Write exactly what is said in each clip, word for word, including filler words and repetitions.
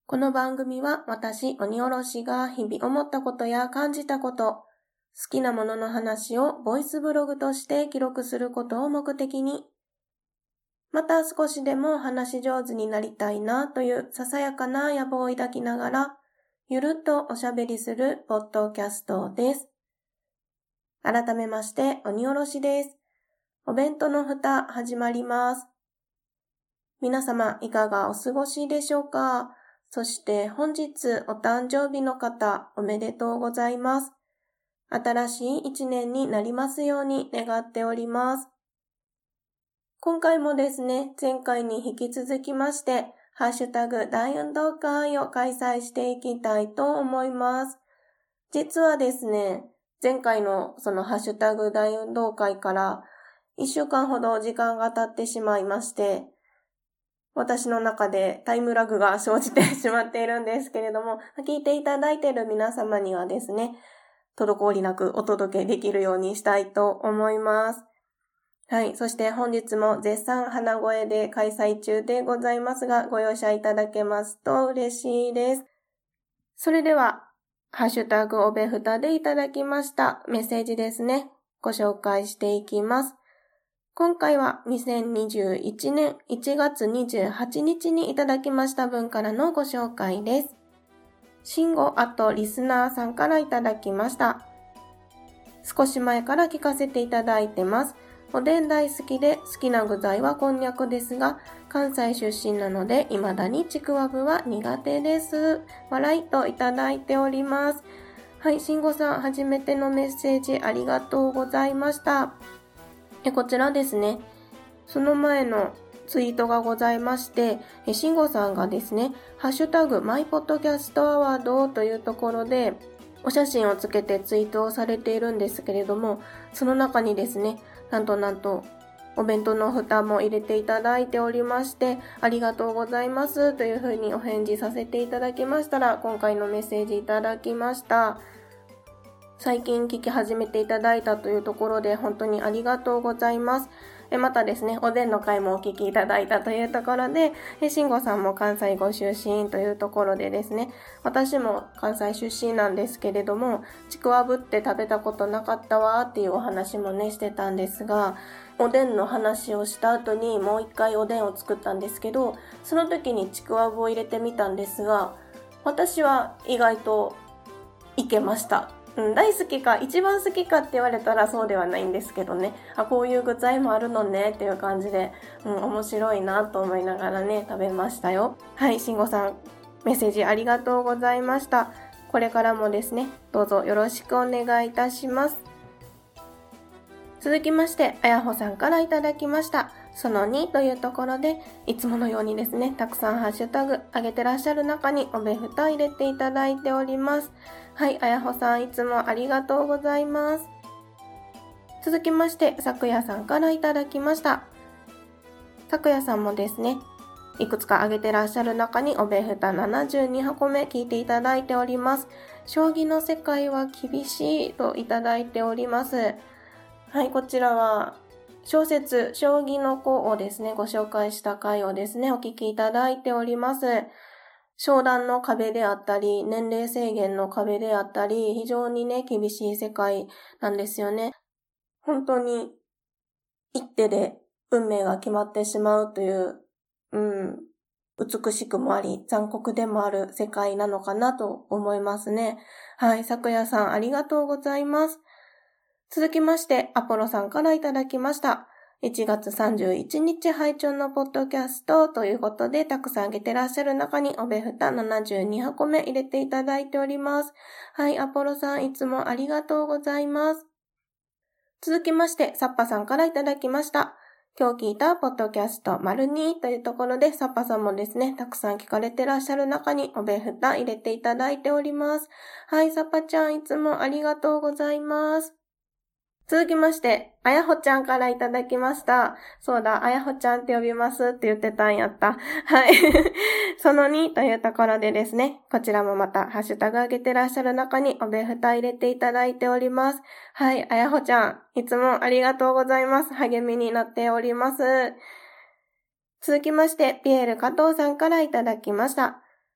この番組は私、鬼おろしが日々思ったことや感じたこと、好きなものの話をボイスブログとして記録することを目的に、また少しでも話し上手になりたいなというささやかな野望を抱きながら、ゆるっとおしゃべりするポッドキャストです。改めまして、鬼おろしです。お弁当の蓋始まります。皆様いかがお過ごしでしょうか？そして本日お誕生日の方おめでとうございます。新しい一年になりますように願っております。今回もですね、前回に引き続きまして、ハッシュタグ大運動会を開催していきたいと思います。実はですね、前回のそのハッシュタグ大運動会からいっしゅうかんほど時間が経ってしまいまして、私の中でタイムラグが生じてしまっているんですけれども、聞いていただいている皆様にはですね、滞りなくお届けできるようにしたいと思います。はい。そして本日も絶賛花声で開催中でございますが、ご容赦いただけますと嬉しいです。それでは、ハッシュタグおべふたでいただきましたメッセージですね、ご紹介していきます。今回はにせんにじゅういちねんいちがつにじゅうはちにちにいただきました分からのご紹介です。しんごあとリスナーさんからいただきました。少し前から聞かせていただいてます。おでん大好きで好きな具材はこんにゃくですが、関西出身なので未だにちくわぶは苦手です。笑いといただいております。はい、しんごさん初めてのメッセージありがとうございました。えこちらですね、その前のツイートがございまして、えしんごさんがですね、ハッシュタグマイポッドキャストアワードというところでお写真をつけてツイートをされているんですけれども、その中にですね、なんとなんとお弁当の蓋も入れていただいておりまして、ありがとうございますというふうにお返事させていただきましたら、今回のメッセージいただきました。最近聞き始めていただいたというところで本当にありがとうございます。またですね、おでんの回もお聞きいただいたというところで、しんごさんも関西ご出身というところでですね、私も関西出身なんですけれども、ちくわぶって食べたことなかったわっていうお話もねしてたんですが、おでんの話をした後にもう一回おでんを作ったんですけど、その時にちくわぶを入れてみたんですが、私は意外といけました。うん、大好きか一番好きかって言われたらそうではないんですけどね、あこういう具材もあるのねっていう感じで、うん、面白いなと思いながらね食べましたよ。はい、しんごさんメッセージありがとうございました。これからもですねどうぞよろしくお願いいたします。続きましてあやほさんからいただきました。そのにというところで、いつものようにですねたくさんハッシュタグ上げてらっしゃる中におべふた入れていただいております。はい、あやほさんいつもありがとうございます。続きましてさくやさんからいただきました。さくやさんもですねいくつか上げてらっしゃる中におべふたななじゅうにはこめ聞いていただいております。将棋の世界は厳しいといただいております。はい、こちらは小説将棋の子をですねご紹介した回をですねお聞きいただいております。昇段の壁であったり年齢制限の壁であったり非常にね厳しい世界なんですよね。本当に一手で運命が決まってしまうといううん美しくもあり残酷でもある世界なのかなと思いますね。はい、さくやさんありがとうございます。続きまして、アポロさんからいただきました。いちがつさんじゅういちにち配聴のポッドキャストということで、たくさんあげてらっしゃる中におべふたななじゅうにはこめ入れていただいております。はい、アポロさんいつもありがとうございます。続きまして、サッパさんからいただきました。今日聞いたポッドキャスト丸にというところで、サッパさんもですね、たくさん聞かれてらっしゃる中におべふた入れていただいております。はい、サッパちゃんいつもありがとうございます。続きまして、あやほちゃんからいただきました。そうだ、あやほちゃんって呼びますって言ってたんやった。はい。そのにというところでですね、こちらもまたハッシュタグ上げてらっしゃる中におべふた入れていただいております。はい、あやほちゃん、いつもありがとうございます。励みになっております。続きまして、ピエール加藤さんからいただきました。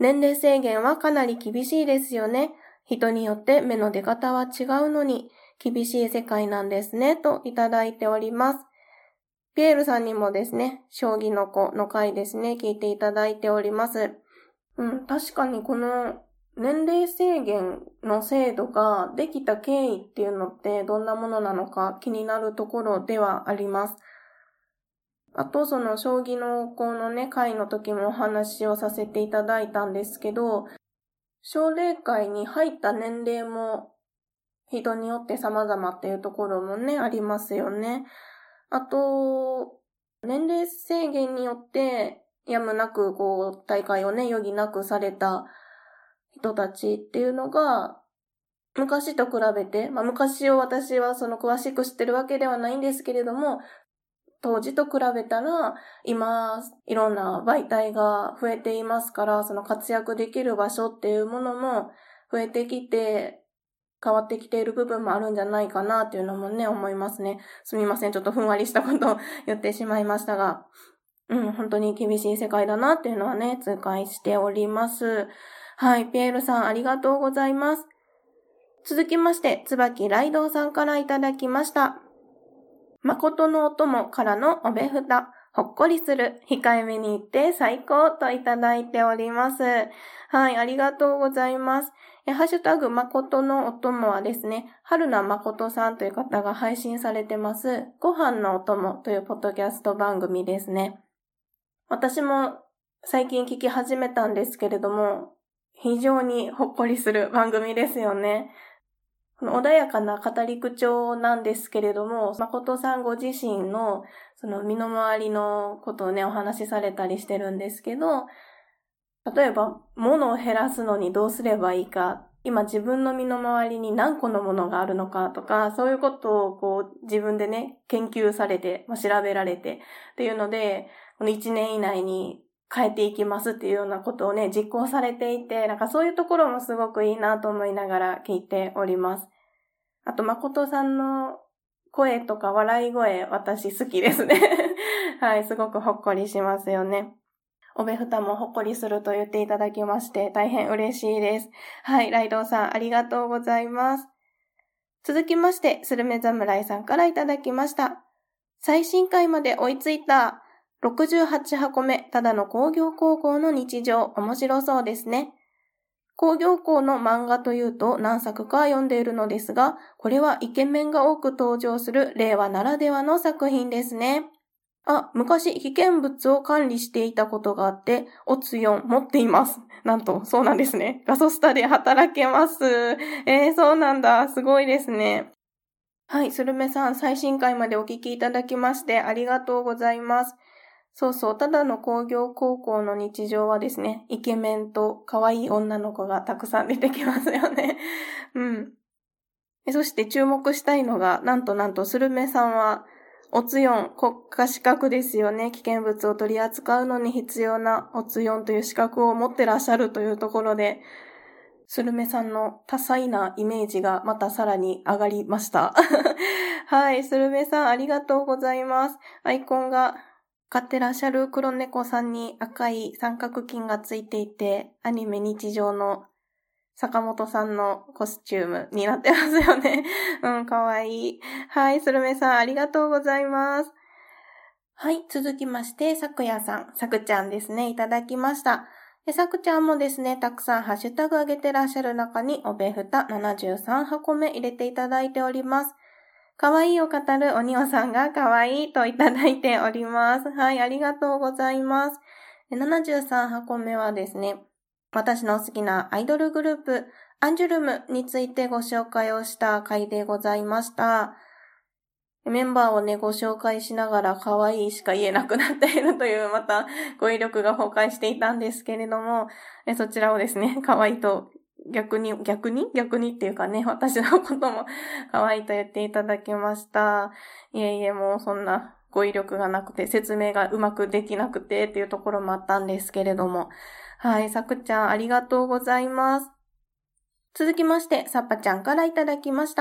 年齢制限はかなり厳しいですよね。人によって目の出方は違うのに、厳しい世界なんですね、といただいております。ピエールさんにもですね、将棋の子の回ですね、聞いていただいております。うん、確かにこの年齢制限の制度ができた経緯っていうのってどんなものなのか気になるところではあります。あとその将棋の子のね、会の時もお話をさせていただいたんですけど、奨励会に入った年齢も人によって様々っていうところもね、ありますよね。あと、年齢制限によってやむなくこう大会をね、余儀なくされた人たちっていうのが、昔と比べて、まあ昔を私はその詳しく知ってるわけではないんですけれども、当時と比べたら、今、いろんな媒体が増えていますから、その活躍できる場所っていうものも増えてきて、変わってきている部分もあるんじゃないかなっていうのもね、思いますね。すみません、ちょっとふんわりしたことを言ってしまいましたが、うん、本当に厳しい世界だなっていうのはね、痛感しております。はい、ピエールさんありがとうございます。続きまして、椿ライドウさんからいただきました。誠のお供からのおべふた、ほっこりする、控えめに言って最高といただいております。はい、ありがとうございます。えハッシュタグ誠のお供はですね、春名誠さんという方が配信されてます、ご飯のお供というポッドキャスト番組ですね。私も最近聞き始めたんですけれども、非常にほっこりする番組ですよね。穏やかな語り口調なんですけれども、誠さんご自身のその身の回りのことをね、お話しされたりしてるんですけど、例えば物を減らすのにどうすればいいか、今自分の身の回りに何個のものがあるのかとか、そういうことをこう自分でね、研究されて、調べられてっていうので、このいちねん以内に変えていきますっていうようなことをね、実行されていて、なんかそういうところもすごくいいなと思いながら聞いております。あと、誠さんの声とか笑い声、私好きですね。はい、すごくほっこりしますよね。おべふたもほっこりすると言っていただきまして、大変嬉しいです。はい、ライドウさんありがとうございます。続きまして、スルメ侍さんからいただきました。最新回まで追いついた。ろくじゅうはち箱目、ただの工業高校の日常、面白そうですね。工業校の漫画というと何作か読んでいるのですが、これはイケメンが多く登場する令和ならではの作品ですね。あ、昔危険物を管理していたことがあって、オツよん持っています。なんと、そうなんですね。ガソスタで働けます。えー、そうなんだ。すごいですね。はい、スルメさん、最新回までお聞きいただきましてありがとうございます。そうそう、ただの工業高校の日常はですね、イケメンと可愛い女の子がたくさん出てきますよね。うん。そして注目したいのが、なんとなんとスルメさんは、オツよん国家資格ですよね。危険物を取り扱うのに必要なオツよんという資格を持ってらっしゃるというところで、スルメさんの多彩なイメージがまたさらに上がりました。はい、スルメさんありがとうございます。アイコンが飼ってらっしゃる黒猫さんに赤い三角筋がついていて、アニメ日常の坂本さんのコスチュームになってますよね。うん、かわいい。はい、スルメさんありがとうございます。はい、続きまして、さくやさん、さくちゃんですね、いただきました。で、さくちゃんもですね、たくさんハッシュタグ上げてらっしゃる中に、おべふたななじゅうさん箱目入れていただいております。かわいいを語るおにおさんがかわいいといただいております。はい、ありがとうございます。ななじゅうさん箱目はですね、私の好きなアイドルグループ、アンジュルムについてご紹介をした回でございました。メンバーをね、ご紹介しながら可愛いしか言えなくなっているという、また語彙力が崩壊していたんですけれども、そちらをですね、可愛いと逆に、逆に逆にっていうかね、私のことも可愛いと言っていただきました。いえいえ、もうそんな語彙力がなくて、説明がうまくできなくてっていうところもあったんですけれども。はい、さくちゃんありがとうございます。続きまして、さっぱちゃんからいただきました。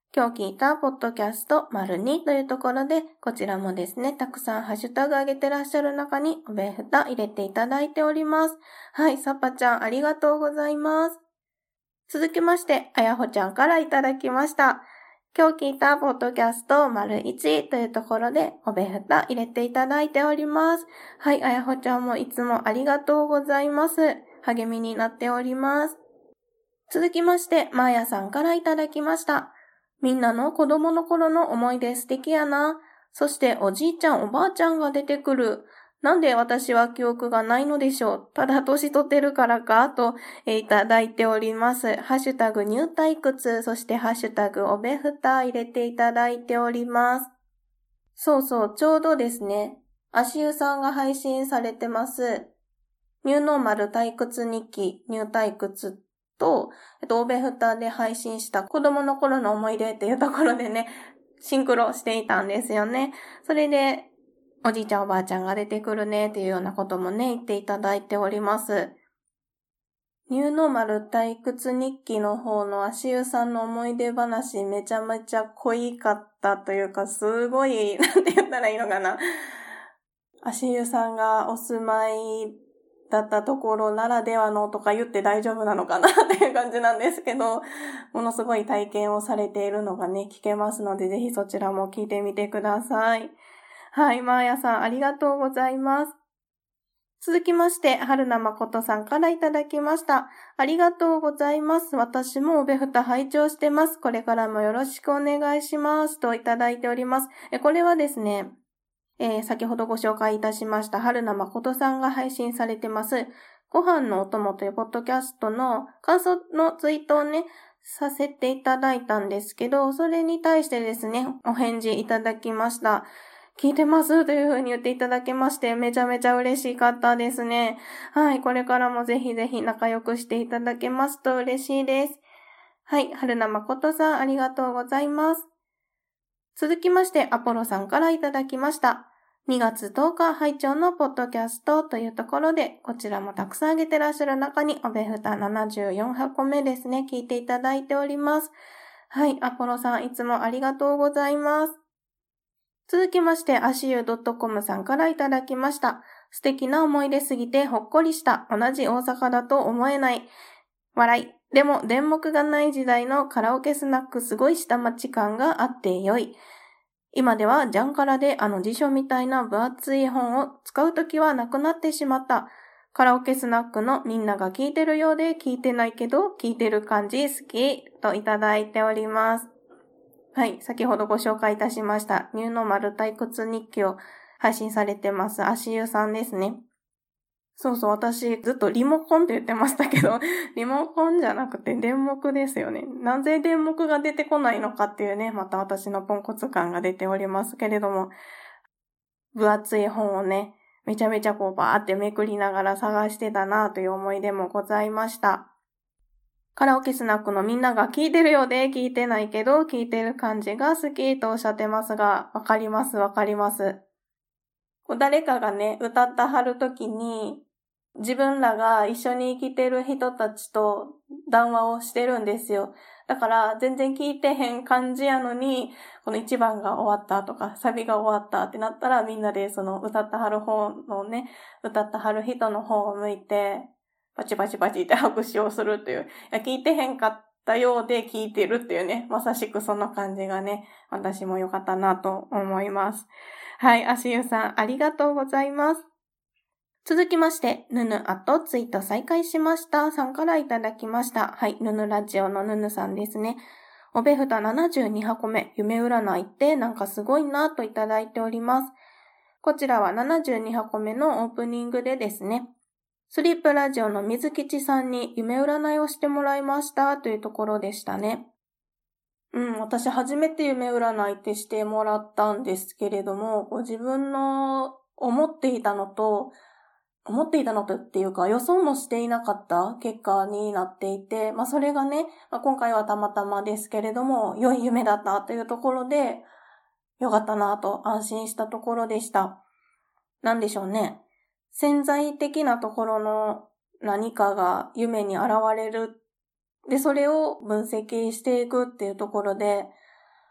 今日聞いたポッドキャスト丸にというところで、こちらもですね、たくさんハッシュタグ上げてらっしゃる中におべふた入れていただいております。はい、さっぱちゃんありがとうございます。続きまして、あやほちゃんからいただきました。今日聞いたポッドキャスト丸いちというところでおべふた入れていただいております。はい、あやほちゃんもいつもありがとうございます。励みになっております。続きまして、まーやさんからいただきました。みんなの子供の頃の思い出素敵やな。そしておじいちゃんおばあちゃんが出てくる。なんで私は記憶がないのでしょう。ただ年取ってるからかと、えー、いただいております。ハッシュタグ入退屈、そしてハッシュタグおべふた入れていただいております。そうそう、ちょうどですね、足湯さんが配信されてます。ニューノーマル退屈日記、入退屈と、えっと、おべふたで配信した子供の頃の思い出っていうところでね、シンクロしていたんですよね。それで、おじいちゃんおばあちゃんが出てくるねっていうようなこともね、言っていただいております。ニューノーマル退屈日記の方の足湯さんの思い出話めちゃめちゃ濃いかったというか、すごい、なんて言ったらいいのかな。足湯さんがお住まいだったところならではのとか言って大丈夫なのかなっていう感じなんですけど、ものすごい体験をされているのがね、聞けますので、ぜひそちらも聞いてみてください。はい、まーやさんありがとうございます。続きまして、春名誠さんからいただきました。ありがとうございます。私もおべふた拝聴してます。これからもよろしくお願いします。といただいております。えこれはですね、えー、先ほどご紹介いたしました春名誠さんが配信されてます、ご飯のお供というポッドキャストの感想のツイートをね、させていただいたんですけど、それに対してですね、お返事いただきました。聞いてますというふうに言っていただけまして、めちゃめちゃ嬉しかったですね。はい、これからもぜひぜひ仲良くしていただけますと嬉しいです。はい、春名誠さんありがとうございます。続きまして、アポロさんからいただきました。にがつとおか拝聴のポッドキャストというところで、こちらもたくさんあげてらっしゃる中に、おべふたななじゅうよんはこめですね、聞いていただいております。はい、アポロさんいつもありがとうございます。続きまして、足湯 .com さんからいただきました。素敵な思い出すぎてほっこりした。同じ大阪だと思えない。笑い。でも、電目がない時代のカラオケスナックすごい下町感があって良い。今ではジャンカラであの辞書みたいな分厚い本を使うときはなくなってしまった。カラオケスナックのみんなが聞いてるようで聞いてないけど聞いてる感じ好きといただいております。はい、先ほどご紹介いたしましたニューノーマル退屈日記を配信されてます足湯さんですね。そうそう、私ずっとリモコンって言ってましたけど、リモコンじゃなくて電目ですよね。なぜ電目が出てこないのかっていうね、また私のポンコツ感が出ておりますけれども、分厚い本をね、めちゃめちゃこうバーってめくりながら探してたなという思い出もございました。カラオケスナックのみんなが聞いてるようで聞いてないけど聞いてる感じが好きとおっしゃってますが、わかりますわかります。誰かがね、歌ったはるときに、自分らが一緒に生きてる人たちと談話をしてるんですよ。だから全然聞いてへん感じやのに、この一番が終わったとか、サビが終わったってなったらみんなでその歌ったはる方のね、歌ったはる人の方を向いて、パチパチパチって拍手をするという、いや聞いてへんかったようで聞いてるっていうね、まさしくその感じがね、私も良かったなと思います。はい、足湯さんありがとうございます。続きまして、ぬぬあとツイート再開しましたさんからいただきました。はい、ぬぬラジオのぬぬさんですね。おべふたななじゅうにはこめ、夢占いってなんかすごいなといただいております。こちらはななじゅうにはこめのオープニングでですね、スリープラジオの水吉さんに夢占いをしてもらいましたというところでしたね。うん、私初めて夢占いってしてもらったんですけれども、自分の思っていたのと、思っていたのとっていうか予想もしていなかった結果になっていて、まあそれがね、まあ、今回はたまたまですけれども、良い夢だったというところで、よかったなと安心したところでした。なんでしょうね。潜在的なところの何かが夢に現れる。で、それを分析していくっていうところで、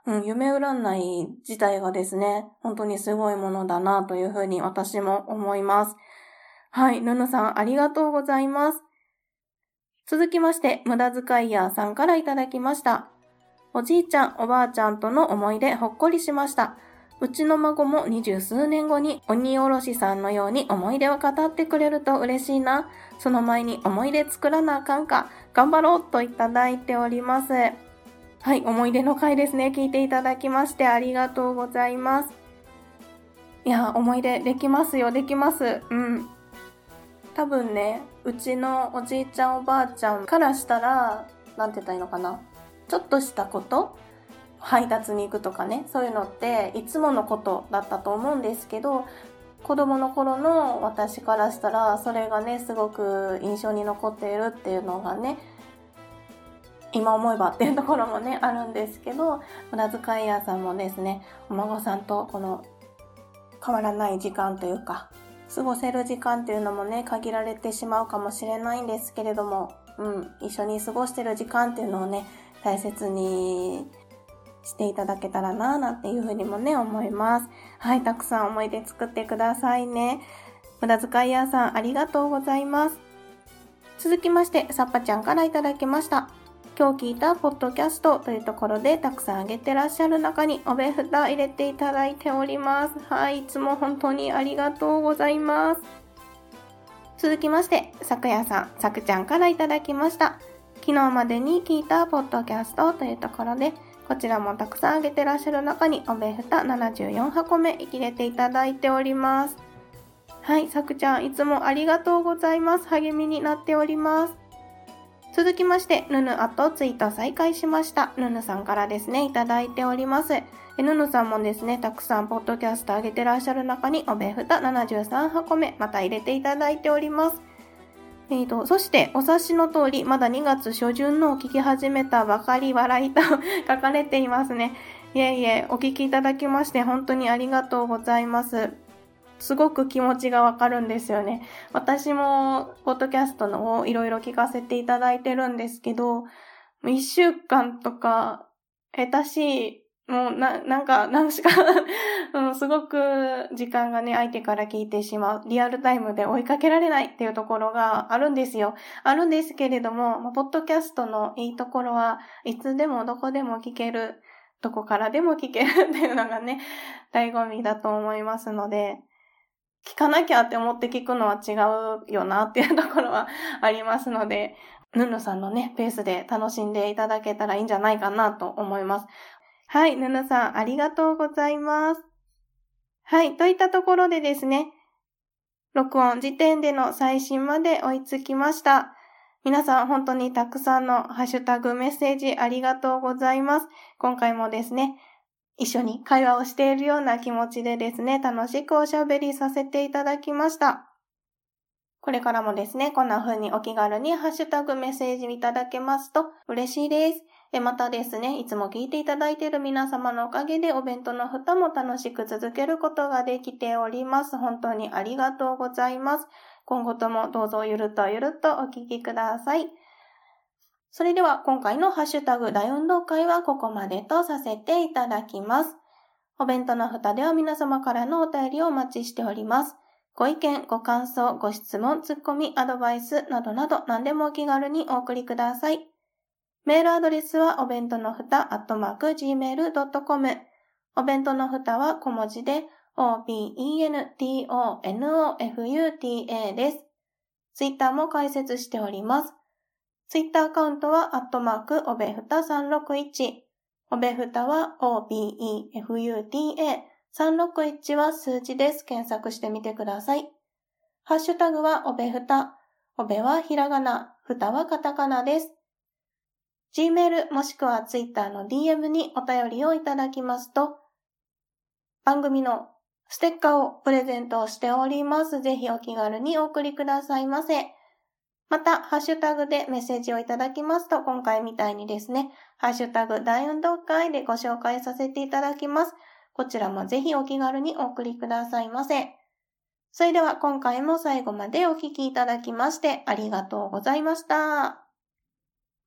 うん、夢占い自体がですね、本当にすごいものだなというふうに私も思います。はい、ぬぬさんありがとうございます。続きまして、無駄遣いやさんからいただきました。おじいちゃん、おばあちゃんとの思い出ほっこりしました。うちの孫も二十数年後に鬼おろしさんのように思い出を語ってくれると嬉しいな。その前に思い出作らなあかんか。頑張ろうといただいております。はい、思い出の回ですね。聞いていただきましてありがとうございます。いや、思い出できますよ、できます。うん。多分ね、うちのおじいちゃんおばあちゃんからしたら、なんて言ったらいいのかな。ちょっとしたこと、配達に行くとかね、そういうのっていつものことだったと思うんですけど、子供の頃の私からしたら、それがね、すごく印象に残っているっていうのがね、今思えばっていうところもね、あるんですけど、無駄遣い屋さんもですね、お孫さんとこの変わらない時間というか、過ごせる時間っていうのもね、限られてしまうかもしれないんですけれども、うん、一緒に過ごしてる時間っていうのをね、大切にしていただけたらなぁなんていうふうにもね、思います。はい、たくさん思い出作ってくださいね。無駄遣い屋さんありがとうございます。続きまして、さっぱちゃんからいただきました。今日聞いたポッドキャストというところでたくさんあげてらっしゃる中におべふた入れていただいております。はい、いつも本当にありがとうございます。続きまして、さくやさん、さくちゃんからいただきました。昨日までに聞いたポッドキャストというところで、こちらもたくさんあげてらっしゃる中におべふたななじゅうよんはこめ入れていただいております。はい、さくちゃんいつもありがとうございます。励みになっております。続きまして、ぬぬあとツイート再開しました。ぬぬさんからですね、いただいております。えぬぬさんもですね、たくさんポッドキャスト上げてらっしゃる中におべふたななじゅうさんはこめまた入れていただいております。えーと、そしてお察しの通り、まだにがつしょじゅんのを聞き始めたばかり笑いと書かれていますね。いえいえ、お聞きいただきまして本当にありがとうございます。すごく気持ちがわかるんですよね。私もポッドキャストのをいろいろ聞かせていただいてるんですけど、一週間とか下手しい、もうな、なんか、なんしか、うん、すごく時間がね、相手から聞いてしまう。リアルタイムで追いかけられないっていうところがあるんですよ。あるんですけれども、まあ、ポッドキャストのいいところはいつでもどこでも聞ける、どこからでも聞けるっていうのがね、醍醐味だと思いますので、聞かなきゃって思って聞くのは違うよなっていうところはありますので、ぬぬさんのね、ペースで楽しんでいただけたらいいんじゃないかなと思います。はい、ぬぬさんありがとうございます。はい、といったところでですね、録音時点での最新まで追いつきました。皆さん本当にたくさんのハッシュタグメッセージありがとうございます。今回もですね、一緒に会話をしているような気持ちでですね、楽しくおしゃべりさせていただきました。これからもですね、こんな風にお気軽にハッシュタグメッセージいただけますと嬉しいです。またですね、いつも聞いていただいている皆様のおかげでお弁当の蓋も楽しく続けることができております。本当にありがとうございます。今後ともどうぞゆるっとゆるっとお聞きください。それでは今回のハッシュタグ大運動会はここまでとさせていただきます。お弁当の蓋では皆様からのお便りをお待ちしております。ご意見、ご感想、ご質問、ツッコミ、アドバイスなどなど何でもお気軽にお送りください。メールアドレスはお弁当のふたアットマークジーメールドットコム。お弁当のふたは小文字で オービーイーエヌティーオーエヌオーエフユーティーエー です。ツイッターも開設しております。ツイッターアカウントはアットマークおべふたさんろくいち。おべふたは オービーイーエフユーティーエー。さんろくいちは数字です。検索してみてください。ハッシュタグはおべふた。おべはひらがな、ふたはカタカナです。Gmail もしくは Twitter の ディーエム にお便りをいただきますと、番組のステッカーをプレゼントしております。ぜひお気軽にお送りくださいませ。また、ハッシュタグでメッセージをいただきますと、今回みたいにですね、ハッシュタグ大運動会でご紹介させていただきます。こちらもぜひお気軽にお送りくださいませ。それでは今回も最後までお聞きいただきましてありがとうございました。